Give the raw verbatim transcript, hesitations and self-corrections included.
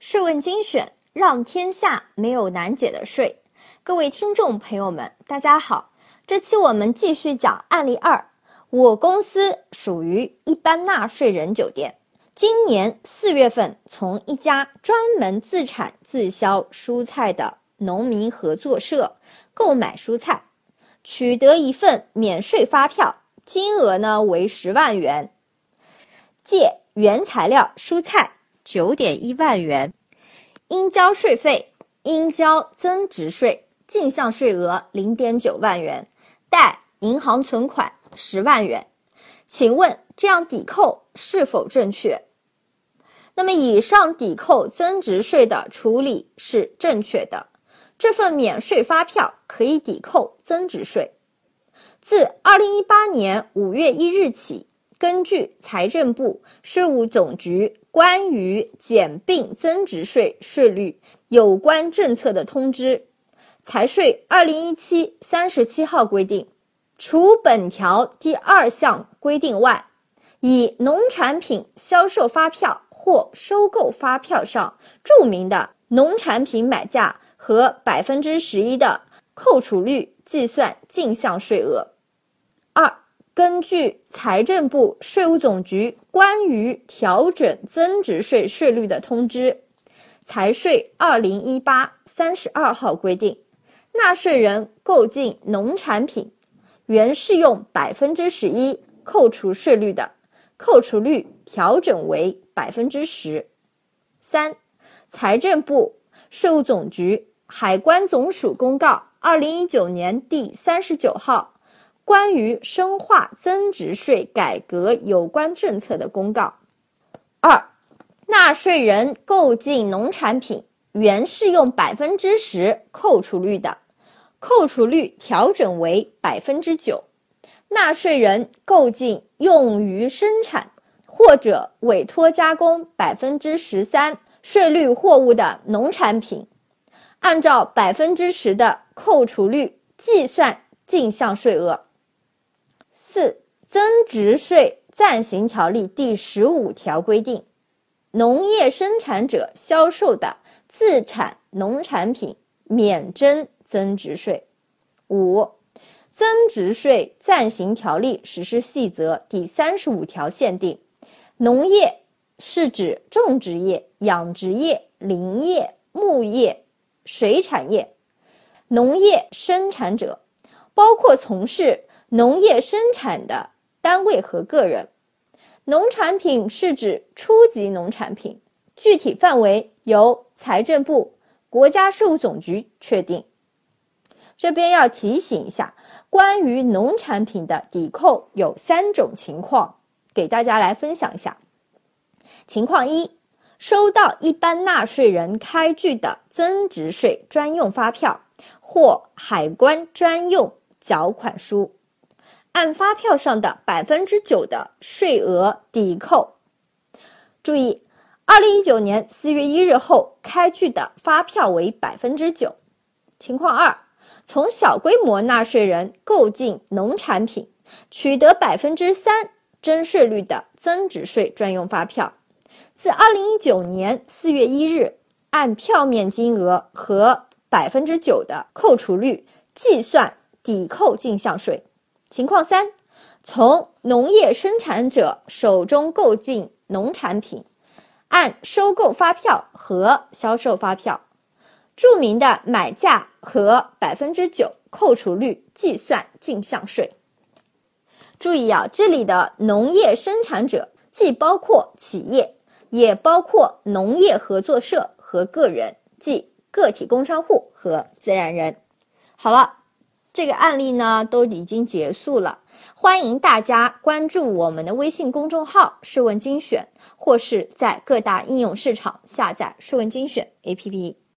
税问精选，让天下没有难解的税。各位听众朋友们，大家好。这期我们继续讲案例二。我公司属于一般纳税人酒店，今年四月份从一家专门自产自销蔬菜的农民合作社购买蔬菜，取得一份免税发票，金额呢为十万元，借原材料蔬菜 九点一万元，应交税费，应交增值税，进项税额 零点九万元，贷银行存款十万元。请问这样抵扣是否正确？那么以上抵扣增值税的处理是正确的，这份免税发票可以抵扣增值税。自二零一八年五月一日起，根据财政部、税务总局关于减并增值税税率有关政策的通知，财税二零一七三十七号规定，除本条第二项规定外，以农产品销售发票或收购发票上注明的农产品买价和 百分之十一 的扣除率计算进项税额。二、根据财政部、税务总局关于调整增值税税率的通知，财税二零一八三十二号规定，纳税人购进农产品，原适用 百分之十一 扣除税率的，扣除率调整为 百分之十。三、财政部、税务总局、海关总署公告二零一九年第三十九号关于深化增值税改革有关政策的公告。二、纳税人购进农产品，原适用 百分之十 扣除率的，扣除率调整为 百分之九。纳税人购进用于生产或者委托加工 百分之十三 税率货物的农产品，按照 百分之十 的扣除率计算进项税额。四、增值税暂行条例第十五条规定，农业生产者销售的自产农产品免征增值税。五、增值税暂行条例实施细则第三十五条限定，农业是指种植业、养殖业、林业、牧业、水产业。农业生产者包括从事农业生产的单位和个人。农产品是指初级农产品，具体范围由财政部、国家税务总局确定。这边要提醒一下，关于农产品的抵扣有三种情况，给大家来分享一下。情况一，收到一般纳税人开具的增值税专用发票或海关专用缴款书，按发票上的 百分之九 的税额抵扣。注意，二零一九年四月一日后开具的发票为 百分之九。情况二，从小规模纳税人购进农产品，取得 百分之三 征税率的增值税专用发票，自二零一九年四月一日按票面金额和 百分之九 的扣除率计算抵扣进项税。情况三，从农业生产者手中购进农产品，按收购发票和销售发票注明的买价和 百分之九 扣除率计算进项税。注意啊，这里的农业生产者既包括企业，也包括农业合作社和个人，即个体工商户和自然人。好了，这个案例呢都已经结束了，欢迎大家关注我们的微信公众号税问精选，或是在各大应用市场下载税问精选 A P P。